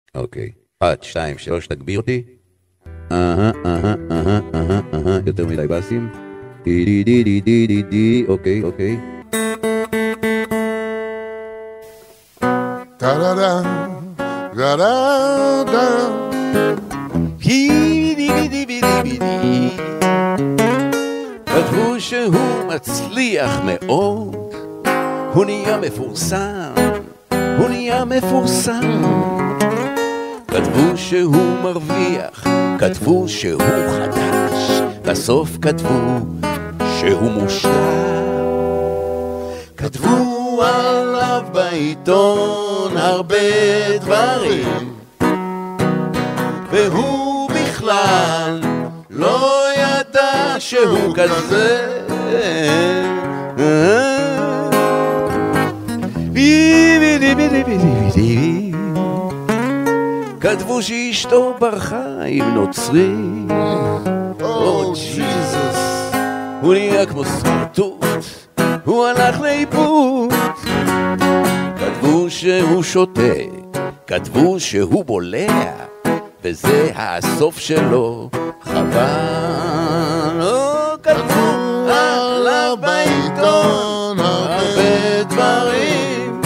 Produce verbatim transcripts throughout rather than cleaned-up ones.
אוקיי. אחת, שתיים, שלוש, תגביר אותי. אהה, אהה, אהה, אהה, אהה, יותר מדי בסים. די די די די די די די, אוקיי, אוקיי. טה-דה-דה, דה-דה-דה. כתבו שהוא מצליח מאוד, הוא נהיה מפורסם, הוא נהיה מפורסם. כתבו שהוא מרוויח, כתבו שהוא חדש, בסוף כתבו שהוא מושלם. כתבו עליו בעיתון הרבה דברים, והוא בכלל לא ידע שהוא כזה. כתבו שאשתו ברחה עם נוצרי, או ג'יזוס, הוא נהיה כמו סמרטוט, הוא הלך לאיבוד. כתבו שהוא שותה, כתבו שהוא בולע, וזה הסוף שלו, חבל. כתבו עליו בעיתון הרבה דברים,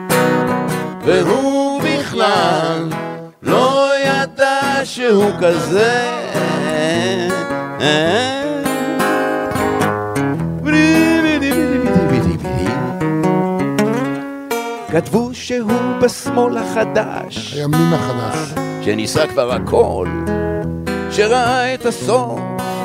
והוא בכלל לא ידע שהוא כזה. כתבו שהוא בשמאל החדש, הימין החדש, שניסה כבר הכל, שראה את הסוף.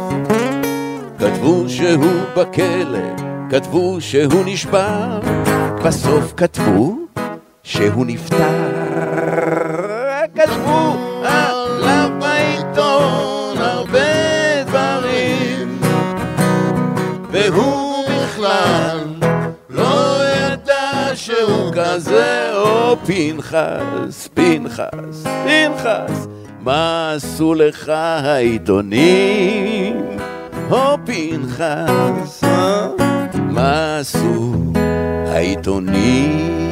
כתבו שהוא בכלא, כתבו שהוא נשבר, בסוף כתבו שהוא נפטר. כתבו עליו בעיתון הרבה דברים, והוא בכלל לא ידע שהוא כזה. או פנחס, פנחס, פנחס, מה עשו לך העיתונים? או פנחס, מה עשו העיתונים?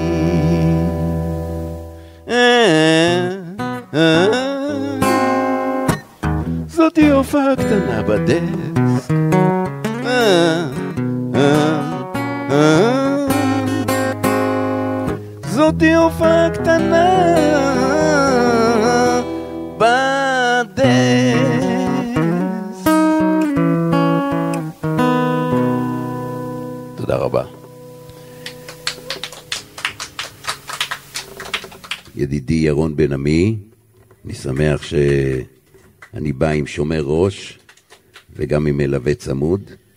זאתי הופעה קטנה בדסק, זאתי הופעה קטנה בדסק. תודה רבה. ידידי ירון בן עמי, אני שמח שאני בא עם שומר ראש וגם עם מלווה צמוד,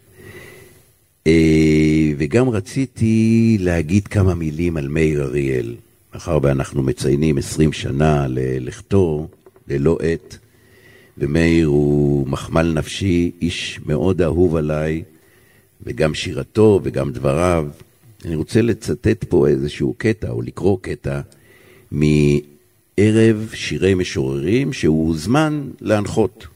וגם רציתי להגיד כמה מילים על מאיר אריאל, מאחר ואנחנו מציינים עשרים שנה ללכתו ללא עת, ומאיר הוא מחמל נפשי, איש מאוד אהוב עליי, וגם שירתו וגם דבריו. אני רוצה לצטט פה איזשהו קטע או לקרוא קטע מערב שירי משוררים שהוא זמן להנחות.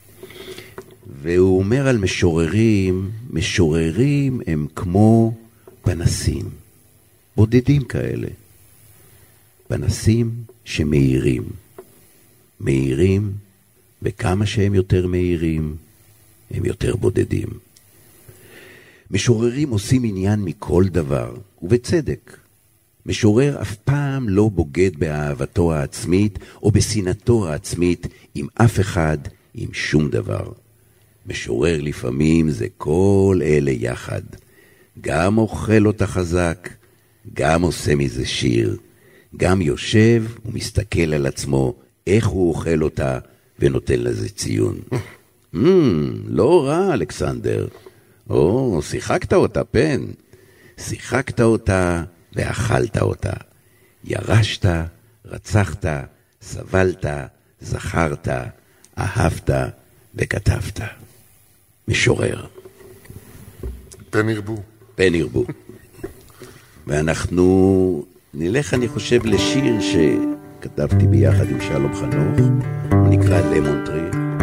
והוא אומר על משוררים, משוררים הם כמו פנסים, בודדים כאלה. פנסים שמאירים. מאירים, וכמה שהם יותר מאירים, הם יותר בודדים. משוררים עושים עניין מכל דבר, ובצדק. משורר אף פעם לא בוגד באהבתו העצמית או בשנאתו העצמית עם אף אחד, עם שום דבר. משורר לפעמים זה כל אלה יחד. גם אוכל אותה חזק, גם עושה מזה שיר. גם יושב ומסתכל על עצמו איך הוא אוכל אותה ונותן לזה ציון. mm, לא רע, אלכסנדר. או, שיחקת אותה, פן. שיחקת אותה ואכלת אותה. ירשת, רצחת, סבלת, זכרת, אהבת וכתבת. משורר. פן ירבו. פן ירבו. ואנחנו נלך, אני חושב, לשיר שכתבתי ביחד עם שלום חנוך, הוא נקרא למון טרי.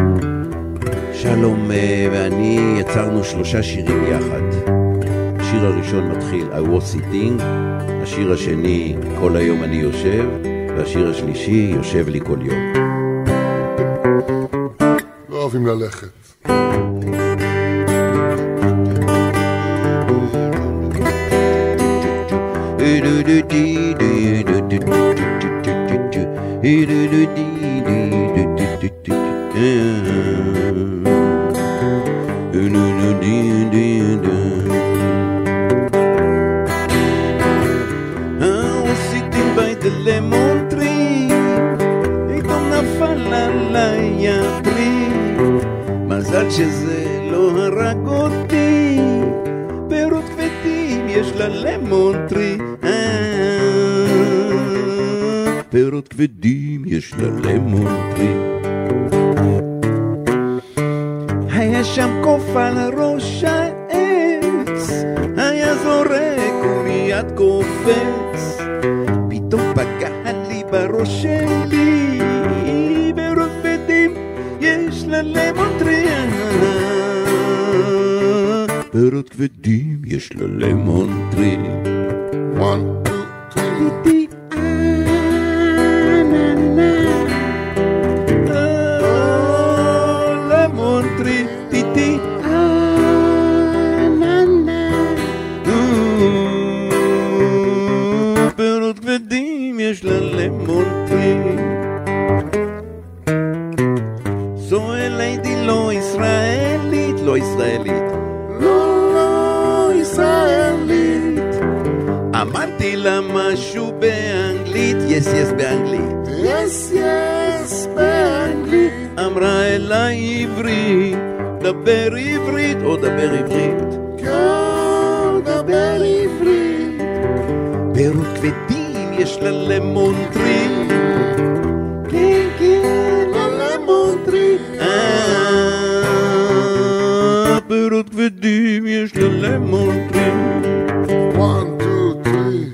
שלום ואני יצרנו שלושה שירים יחד. השיר הראשון מתחיל I was sitting, השיר השני כל היום אני יושב, והשיר השלישי יושב לי כל יום. לא אוהבים ללכת. lemon tree, פתאום נפל עליי הפרי, מזל שזה לא הרג אותי, פירות כבדים יש ללמון טרי, פירות כבדים יש ללמון טרי. היה שם קוף על ראש העץ, היה זורק ומיד קופץ, פתאום פגע לי בראש שלי, פירות כבדים יש ללמון טרי, פירות כבדים יש ללמון טרי. one, two, three. למון טרי, טיטי פירות כבדים יש ללמון טרי. זו אלידי לא ישראלית, לא ישראלית, לא ישראלית, אמרתי לה משהו באנגלית, יס יס באנגלית, Yes, yes, באנגלית. אמרה אליי עברית, דבר עברית או דבר עברית, כן, דבר עברית. פירות כבדים יש ללמון טרי, כן כן ללמון טרי, פירות כבדים יש ללמון טרי. one, two, three.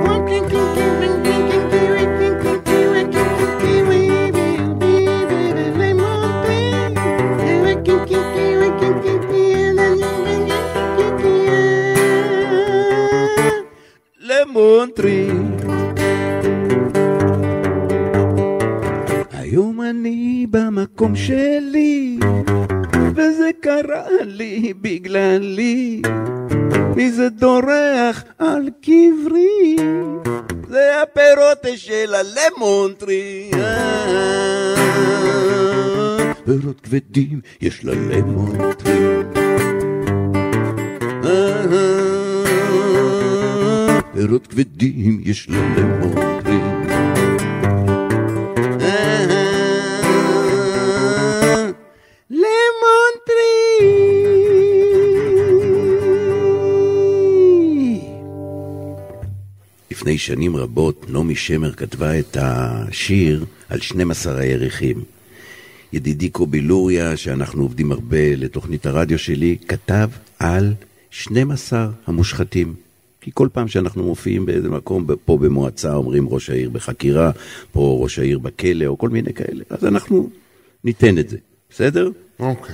למון טרי. היום אני במקום שלי, וזה קרה לי בגללי, מי זה דורח על קברי, זה הפירות של הלמון טרי, פירות כבדים יש ללמון טרי, פירות כבדים יש ללמון טרי. למון טרי. לפני שנים רבות נעמי שמר כתבה את השיר על שנים עשר הירחים. ידידי קובי לוריה, שאנחנו עובדים הרבה לתוכנית הרדיו שלי, כתב על שנים עשר המושחתים. כי כל פעם שאנחנו מופיעים באיזה מקום, פה במועצה אומרים ראש העיר בחקירה, פה ראש העיר בכלא, או כל מיני כאלה. אז אנחנו ניתן את זה. בסדר? אוקיי.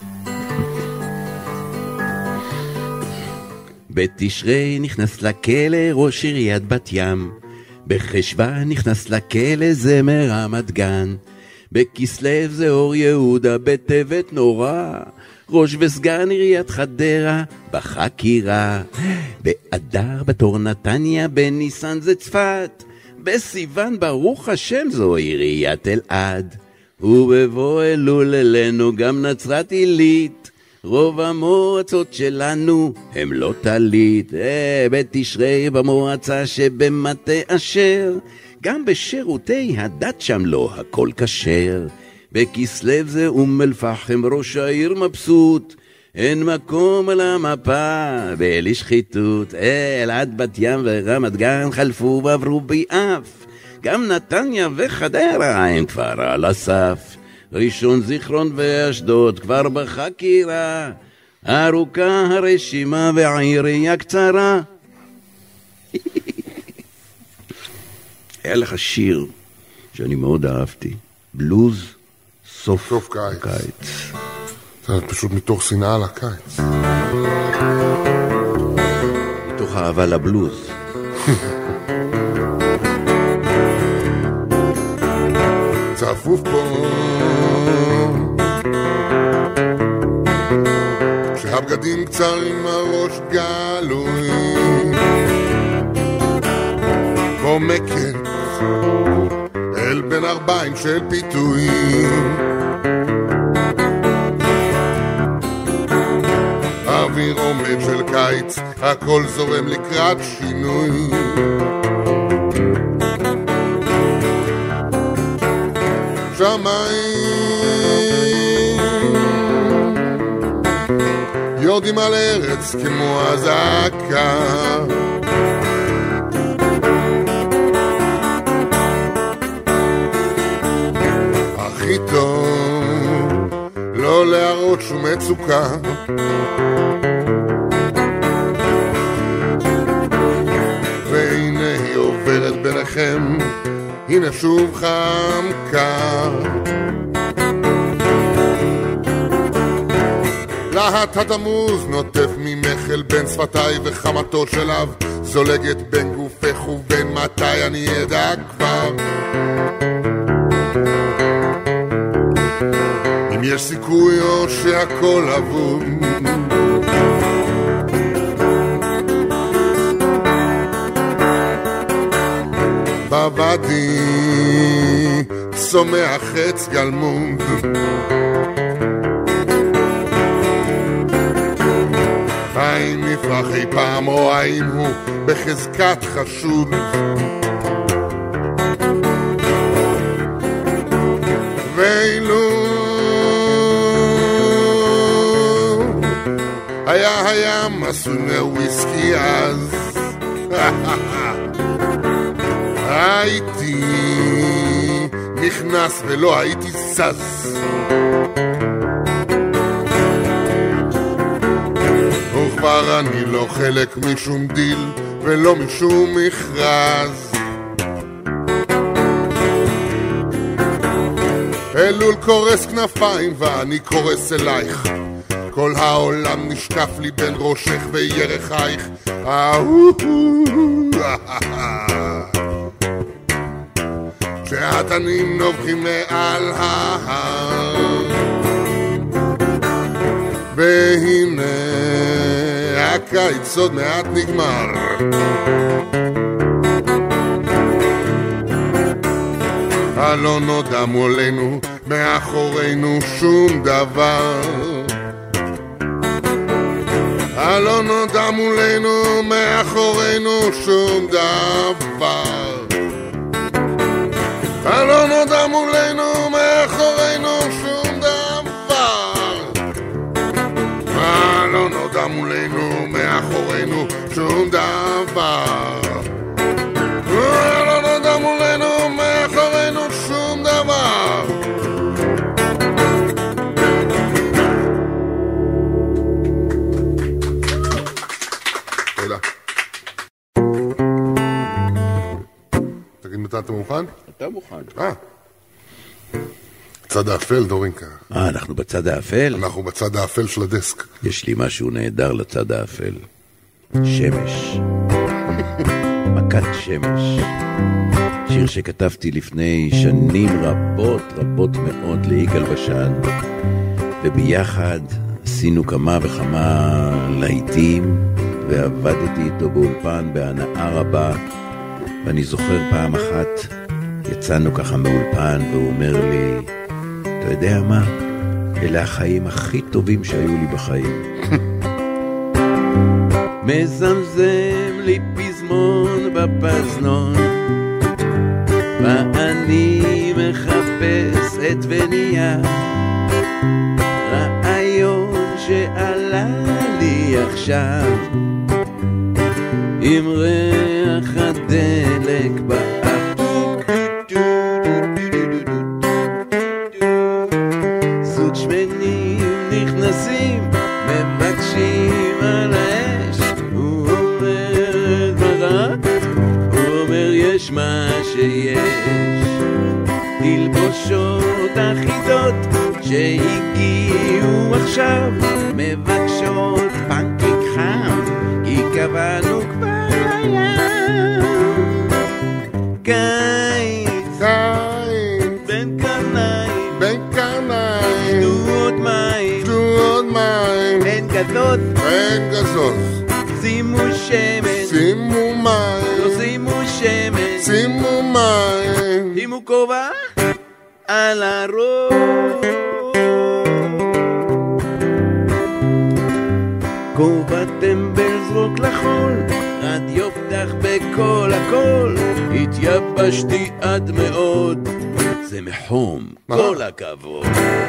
בתשרי נכנס לכלא ראש עיריית בת ים, בחשבה נכנס לכלא זמר רמת גן, בכסלו זה אור יהודה, בטבת נורא, ראש וסגן עיריית חדרה בחקירה, באדר בתור נתניה, בניסן זה צפת, בסיוון ברוך השם זו עיריית אלעד, ובבוא אלול אלינו גם נצרת עילית, רוב המועצות שלנו הם לא תלית. אה, בתשרי במועצה שבמטה אשר, גם בשירותי הדת שם לא הכל כשר, בכסלו זה אום אל פחם ראש העיר מבסוט, אין מקום על המפה ואלי שחיתות. אה, אלעד בת ים ורמת גן חלפו ועברו ביעף, גם נתניה וחדרה הם כבר על הסף, ראשון זיכרון ואשדוד כבר בחקירה, ארוכה הרשימה והעירייה קצרה. היה לך שיר שאני מאוד אהבתי, בלוז סוף, סוף קיץ. קיץ. זה פשוט מתוך שנאה על הקיץ. מתוך אהבה לבלוז. צפוף פה, כשהבגדים קצרים הראש גלוי, קומקת אל בין ארבעים של פיתויים, אוויר עומד של קיץ, הכל זורם לקראת שינוי, שמיים יורדים על ארץ כמו הזעקה, הכי טוב לא להראות שום מצוקה, והנה היא עוברת ביניכם, הנה שוב חם קר, להט התמוז נוטף ממחל בין שפתיי, וחמתו של אב זולגת בין גופך, ובין מתי אני ידע כבר אם יש סיכוי או שהכל אבוד. בוואדי צומח עץ גלמוד, האם נפרח אי פעם או האם הוא בחזקת חשוד, ואילו היה הים עשוי מוויסקי אז הייתי נכנס ולא הייתי סס, וכבר אני לא חלק משום דיל ולא משום מכרז, אלול קורס כנפיים ואני קורס אלייך, כל העולם נשקף לי בין ראשך וירחייך, שהתנים נובחים מעל ההר, והנה הקיץ עוד מעט נגמר, הלא נודע מולנו מאחורינו שום דבר, הלא נודע מולנו מאחורינו שום דבר, הלא נודע מולנו מאחורינו שום דבר, הלא נודע מולנו מאחורינו שום דבר, הלא נודע מולנו מאחורינו שום דבר. תודה. תגיד מתי אתה מוכן? אתה מוכן. אה. צד האפל, דורינקה. אה, אנחנו בצד האפל? אנחנו בצד האפל של הדסק. יש לי משהו נהדר לצד האפל. שמש. מכת שמש. שיר שכתבתי לפני שנים רבות רבות מאוד ליגאל בשן, וביחד עשינו כמה וכמה להיטים, ועבדתי איתו באולפן בהנאה רבה, ואני זוכר פעם אחת יצאנו ככה מאולפן והוא אומר לי, אתה יודע מה? אלה החיים הכי טובים שהיו לי בחיים. מזמזם לי פזמון בפזנון, ואני מחפש את וניה, רעיון שעלה לי עכשיו, עם ריח הדלק באף, זוג שמנים נכנסים מבקשים על האש, הוא אומר מרה, הוא אומר יש מה שיש, תלבושות אחידות שהגיעו עכשיו, מבקשות פנקיק חם, כי קבענו כבר היה קיץ, קיץ, בין קיץ כזאת, אין גזוז. שימו שמש, שימו מים, לא שימו שמש, שימו מים, שימו כובע על הראש. כובע טמבל זרוק לחול, רדיו פתח בכל הכל, התייבשתי עד מאוד, זה מחום, כל הכבוד.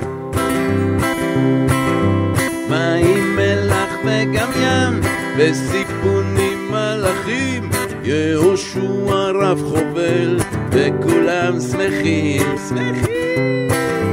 מים מלח וגם ים, וסיפונים מלאכים, יהושע רב חובל, וכולם שמחים, שמחים.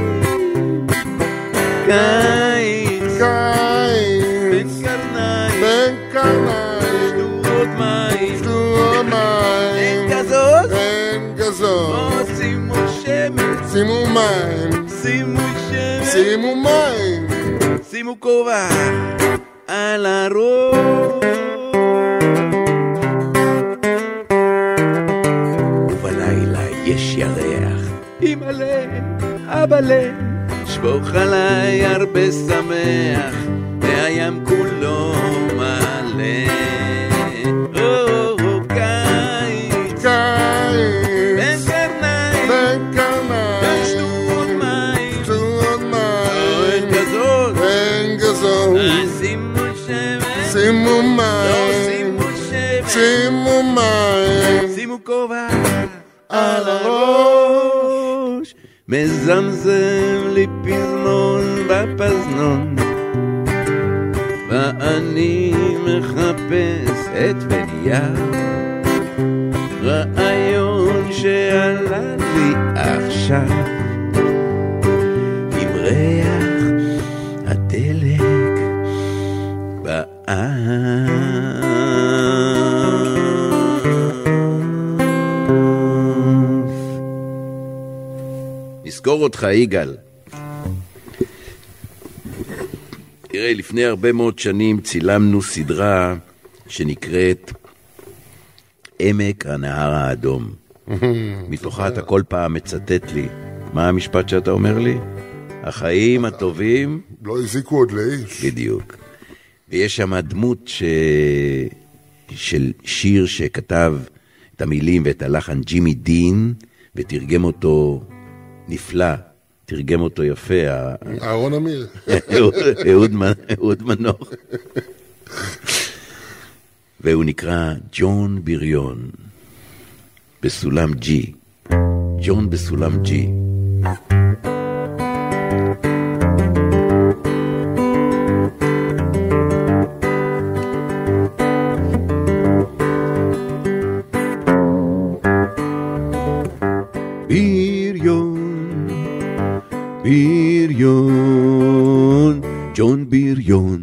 קיץ, קיץ, בן קרניים, בן קרניים, שתו עוד מים, שתו עוד מים, אין גזוז, אין גזוז. או שימו שמש, שימו מים, שימו שמש, שימו מים, שימו כובע על הראש. ובלילה יש ירח, אמא'לה, אבא'לה, שפוך עליי הרבה שמח, והים כולו מלא. או, קיץ, קיץ, בן קרניים, בן קרניים, שתו עוד מים, שתו עוד מים, אין גזוז, אין גזוז. שימו שמש, שימו לא מים, שימו שמש, שימו מים, שימו כובע על הראש. מזמזם לי פזמון בפזנון, ואני מחפש את בניה, רעיון שעלה לי עכשיו, עם ריח הדלק באף. נזכור אותך יגאל. תראה, לפני הרבה מאוד שנים צילמנו סדרה שנקראת עמק הנהר האדום. מתוכה אתה כל פעם מצטט לי. מה המשפט שאתה אומר לי? החיים הטובים לא הזיקו עוד לאיש. בדיוק. ויש שם דמות ש... של שיר שכתב את המילים ואת הלחן ג'ימי דין, ותרגם אותו נפלא, תרגם אותו יפה. אהרון אמיר. אהוד מנוח. והוא נקרא ג'ון בריון, בסולם ג'י. ג'ון בסולם ג'י. בריון, ג'ון בריון.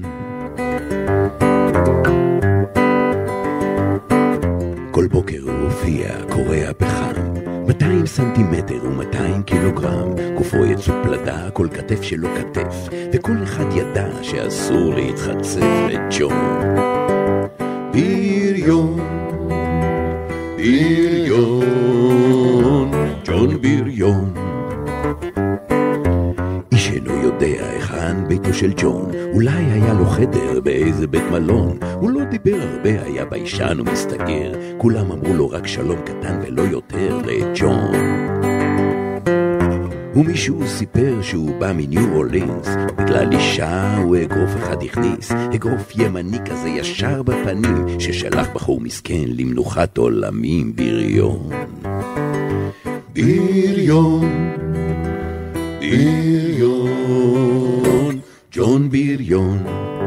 כל בוקר הוא הופיע, קורע פחם, מאתיים סנטימטר ו-מאתיים קילוגרם, גופו יצוא פלדה, כל כתף שלו כתף, וכל אחד ידע שאסור להתחצף לג'ון. בריון, בריון, ג'ון בריון. איש אינו יודע היכן ביתו של ג'ון, אולי היה לו חדר באיזה בית מלון, הוא לא דיבר הרבה, היה ביישן ומסתגר, כולם אמרו לו רק שלום קטן ולא יותר לג'ון. ומישהו סיפר שהוא בא מניו אורלינס, בגלל אישה הוא אגרוף אחד הכניס, אגרוף ימני כזה ישר בפנים, ששלח בחור מסכן למנוחת עולמים. בריון, בריון, בריון, ג'ון בריון.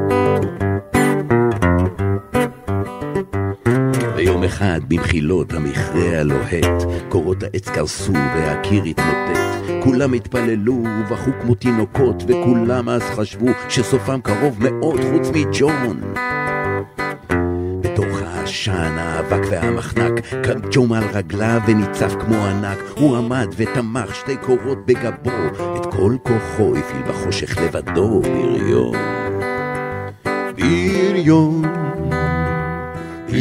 ביום אחד במחילות המכרה הלוהט, קורות העץ קרסו והקיר התמוטט, כולם התפללו ובכו כמו תינוקות, וכולם אז חשבו שסופם קרוב מאוד חוץ מג'ון. בתוך העשן, האבק והמחנק, קם ג'ון על רגליו וניצב כמו ענק, הוא עמד ותמך שתי קורות בגבו, את כל כוחו הפעיל בחושך לבדו. בריון, בריון,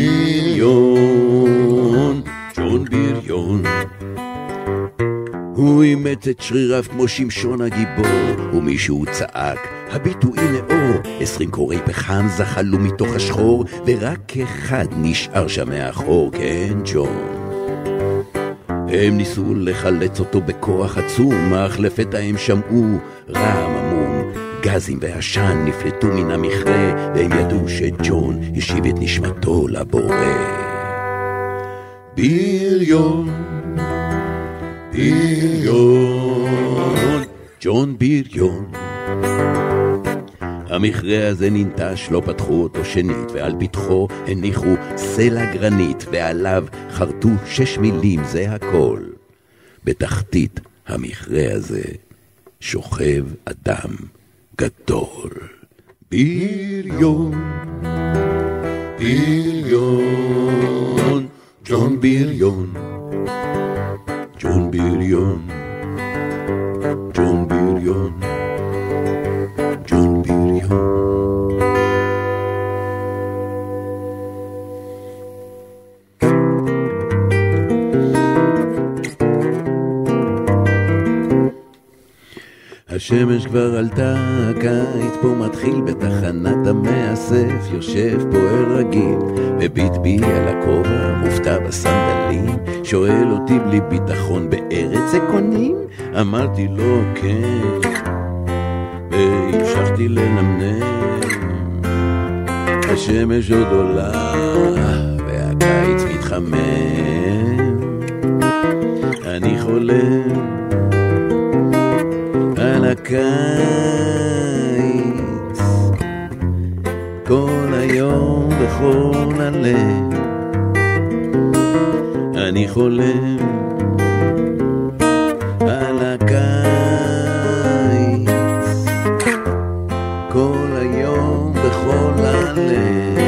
בריון, ג'ון בריון. הוא הוא אימץ את שריריו כמו שמשון הגיבור, ומישהו צעק, הביטו הנה אור, עשרים קורי פחם זחלו מתוך השחור, ורק אחד נשאר שם מאחור, כן ג'ון. הם ניסו לחלץ אותו בכוח עצום, אך לפתע הם שמעו רעם עמום, גזים ועשן נפלטו מן המכרה, והם ידעו שג'ון השיב את נשמתו לבורא. בריון, בריון, ג'ון בריון. המכרה הזה ננטש, לא פתחו אותו שנית, ועל פתחו הניחו סלע גרנית, ועליו חרטו שש מילים, זה הכל. בתחתית המכרה הזה שוכב אדם גדול. בריון, בריון, ג'ון בריון, ג'ון בריון, ג'ון בריון, ג'ון בריון. השמש כבר עלתה, הקיץ פה מתחיל, בתחנת המאסף יושב פועל רגיל, מביט בי על הכובע, מופתע בסנדלים, שואל אותי בלי ביטחון, בארץ זה קונים? אמרתי לו כן, והמשכתי לנמנם. השמש עוד עולה והקיץ מתחמם, אני חולם על הקיץ כל היום בכל הלב, אני חולם על הקיץ כל היום בכל הלב.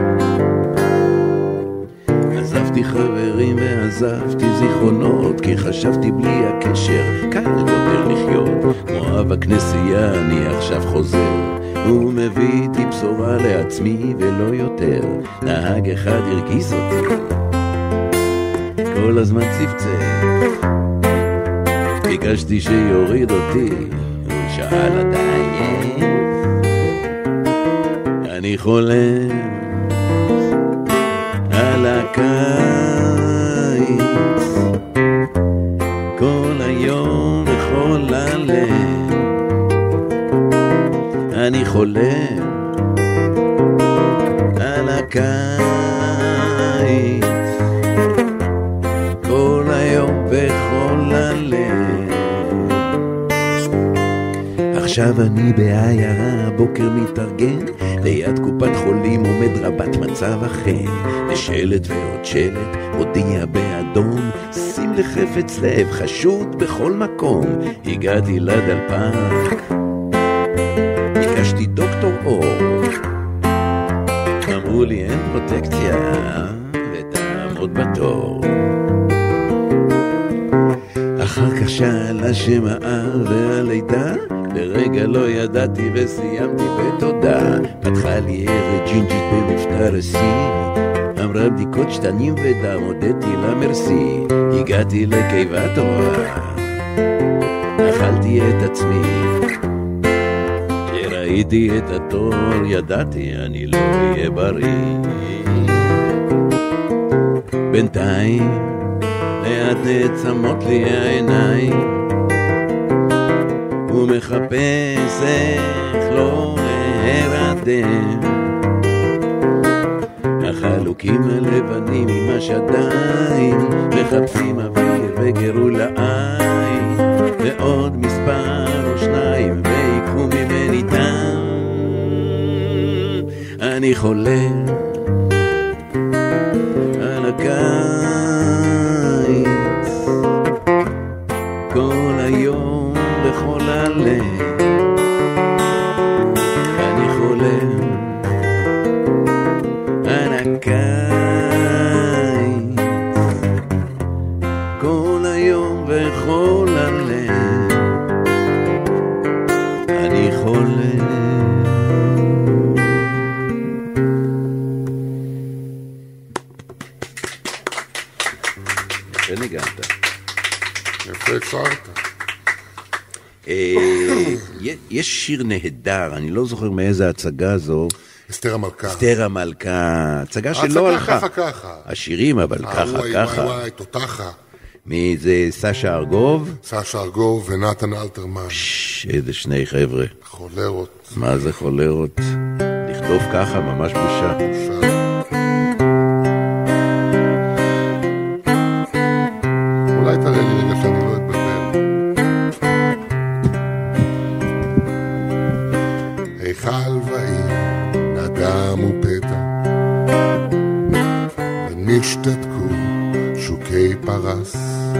עזבתי חברים ועזבתי זיכרונות, כי חשבתי בלי הקשר קל יותר לחיות. כמו אב הכנסייה אני עכשיו חוזר, הוא מביא איתי בשורה לעצמי ולא יותר. נהג אחד הרגיז אותי, כל הזמן צפצף, ביקשתי שיוריד אותי, הוא שאל עדיין. אני חולם על הקיץ כל היום בכל הלב, אני חולם על הקיץ כל היום בכל הלב. עכשיו אני בעיירה, בוקר מתארגן, ליד קופת חולים עומד רבת מצב אחר, ושלט ועוד שלט הודיע באדום, שים לחפץ לב חשוד בכל מקום. הגעתי לדלפק, ביקשתי דוקטור אור, אמרו לי אין פרוטקציה ותעמוד בתור. אחר כך שאלה שם האב והלידה, לרגע לא ידעתי וסיימתי בתודה. פתחה לי ערת ג'ינג'ית במבטא רסי, אמרה בדיקות שתנים ודם, הודיתי למרסי. הגעתי לקיבה טובה, אכלתי את עצמי, כשראיתי את התור ידעתי אני לא אהיה בריא. בינתיים לאט נעצמות לי העיניים, הוא מחפש איך לא להירדם. החלוקים הלבנים עם השדיים מחפשים אוויר וגרו לעין, ועוד מספר או שניים ויקחו ממני דם. אני חולם על הקיץ כל היום בכל הלב, אני חולם על הקיץ כל היום בכל הלב, אני חולם. יפה הצעת. יש שיר נהדר, אני לא זוכר מאיזה הצגה זו. אסתר המלכה. אסתר המלכה, הצגה שלא הלכה. ככה ככה. השירים, אבל ככה ככה. וואי וואי, תותחה. מי זה? סשה ארגוב? סשה ארגוב ונתן אלתרמן. איזה שני חבר'ה. חולרות. מה זה חולרות? לכתוב ככה, ממש בושה. בושה. אולי תראה לי רגע שאני לא אתבלבל. היכל ועיר, נדם ופתע, ונשתתקו שוקי פרס,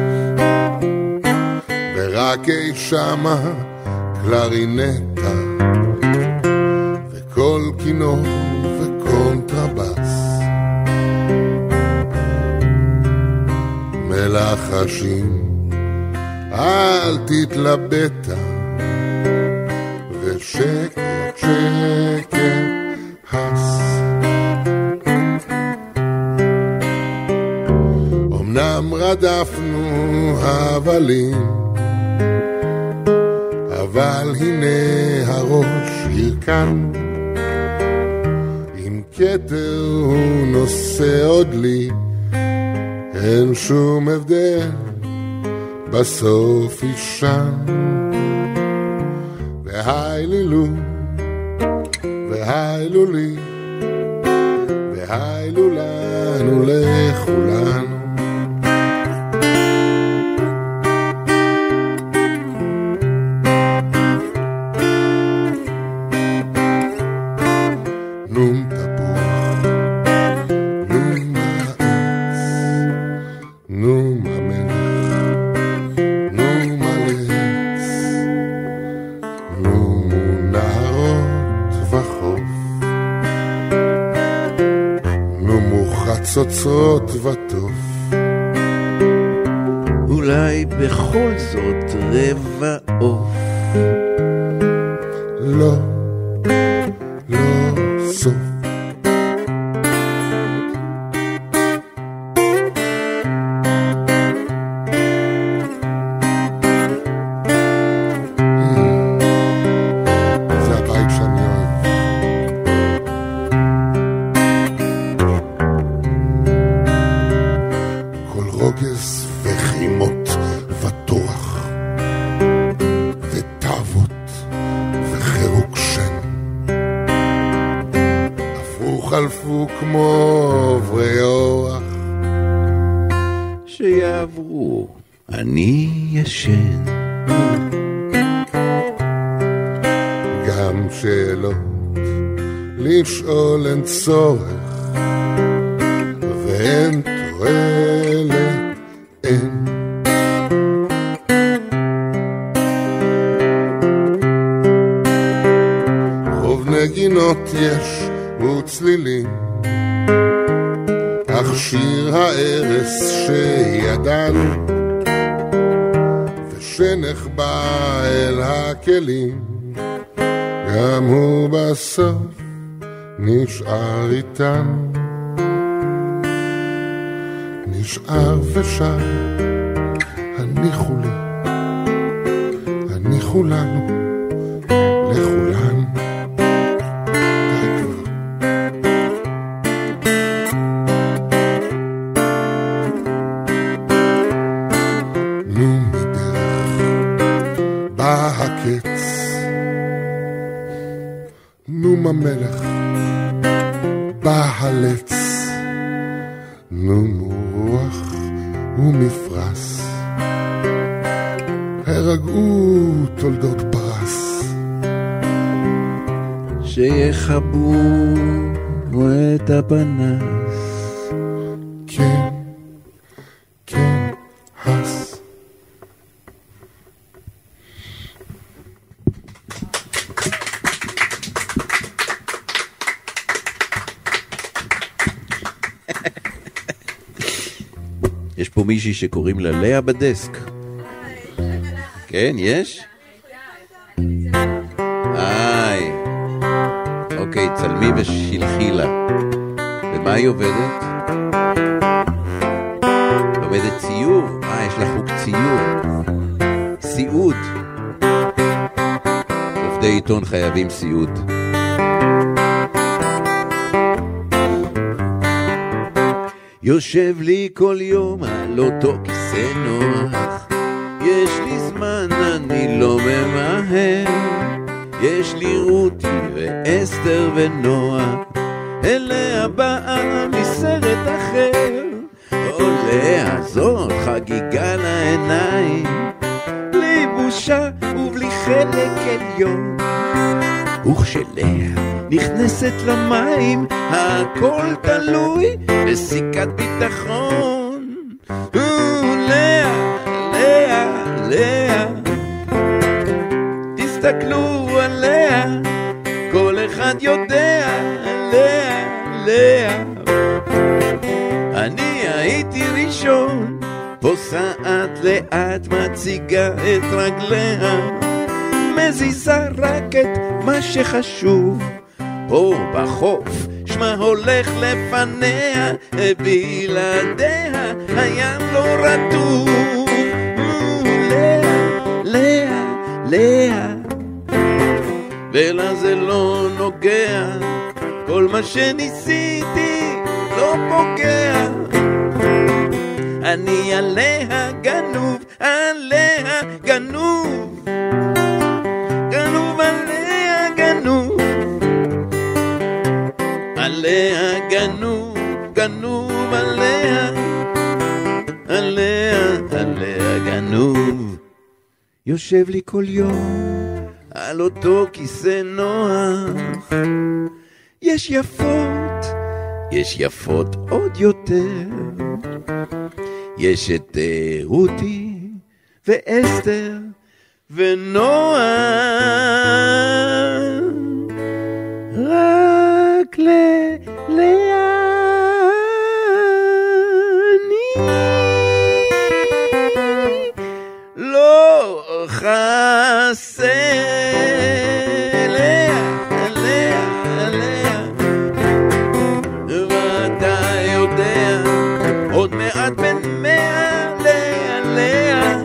ורק אי שמה קלרינטה, וכל כינור וקונטרבס, מלחשים אל תתלבטה, ושקט שקט הס. אמנם רדפנו הבלים, אבל הנה הראש הרכן, עם כתר הוא נושא עוד לי, אין שום הבדל, בסוף ישן. והיילילו והיילו לי והיילו לנו לכולנו. נום תפוח, נום מעץ, נום המלך, נום הלץ, נום נהרות וחוף, נום חצוצרות וטוף. אולי בכל זאת רבע עוף. לא, לא סוף. זה הבית שאני אוהב. כל רוגז וחימות וטוח וטבות וחירוק שן עברו חלפו כמו עוברי אורח, שיעברו, אני ישן. גם שאלות לשאול אין צורך, ואין תועלת אין. רוב נגינות יש וצלילים, אך שיר הארס שידענו ושנחבא אל הכלים, גם הוא בסוף נשאר איתנו, נשאר ושר. הניחו לי, הניחו לנו, לכולנו. די כבר. נו מדרך בא הקץ, נו ממלך בא הלץ, נו מרוח ומפרס, הרגעו תולדות פרס. שיחבו את הפנס. כן, כן, הס. יש פה מישהי שקוראים לה לאה בדסק. כן, יש? איי. אוקיי, צלמי ושלחי לה. ומה היא עובדת? עובדת ציור? אה, יש לה חוג ציור. סיעוד. אוהדי עיתון חייבים סיוד. יושב לי כל יום על אותו כיסא נוח, יש לי זמן, אני לא ממהר, יש לי רותי ואסתר ונועה, אליה באה מסרט אחר, עולה הזאת חגיגה לעיניים, בלי בושה ובלי חלק עליון, וכשליה נכנסת למים, הכל תלוי בסיכת ביטחון. לאה, לאה, לאה, תסתכלו עליה, כל אחד יודע, לאה, לאה. אני הייתי ראשון, פוסעת לאט מציגה את רגליה, מזיזה רק את מה שחשוב, פה בחוף שמה הולך לפניה, בלעדיה הים לא רטוב. לאה, לאה, לאה, ולה זה לא נוגע, כל מה שניסיתי לא פוגע, אני עליה גנוב, עליה גנוב, גנוב עליה גנוב, עליה גנוב, גנוב עליה, עליה, עליה גנוב. יושב לי כל יום על אותו כיסא נוח, יש יפות, יש יפות עוד יותר, יש את רותי ואסתר ונועה, רק ללאה אני לא חסר, לאה, לאה, לאה, ואתה יודע עוד מעט בן מאה, לאה, לאה,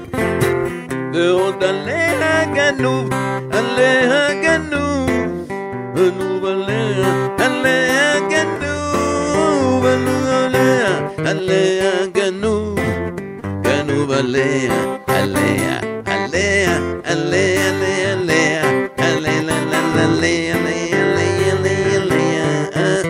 ועוד עליה גנוב, עליה גנוב, גנוב עליה, עליה גנוב, גנוב עליה, עליה גנוב, גנוב עליה, עליה, עליה, עליה, עליה, עליה, עליה, עליה, עליה, עליה,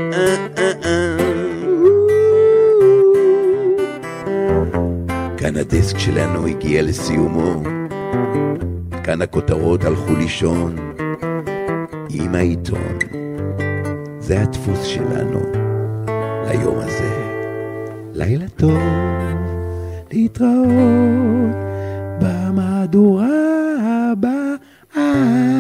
כאן הדסק שלנו הגיע לסיומו, כאן הכותרות הלכו לישון עם העיתון, זה הדפוס שלנו ליום הזה. לילה טוב, להתראות במהדורה הבאה.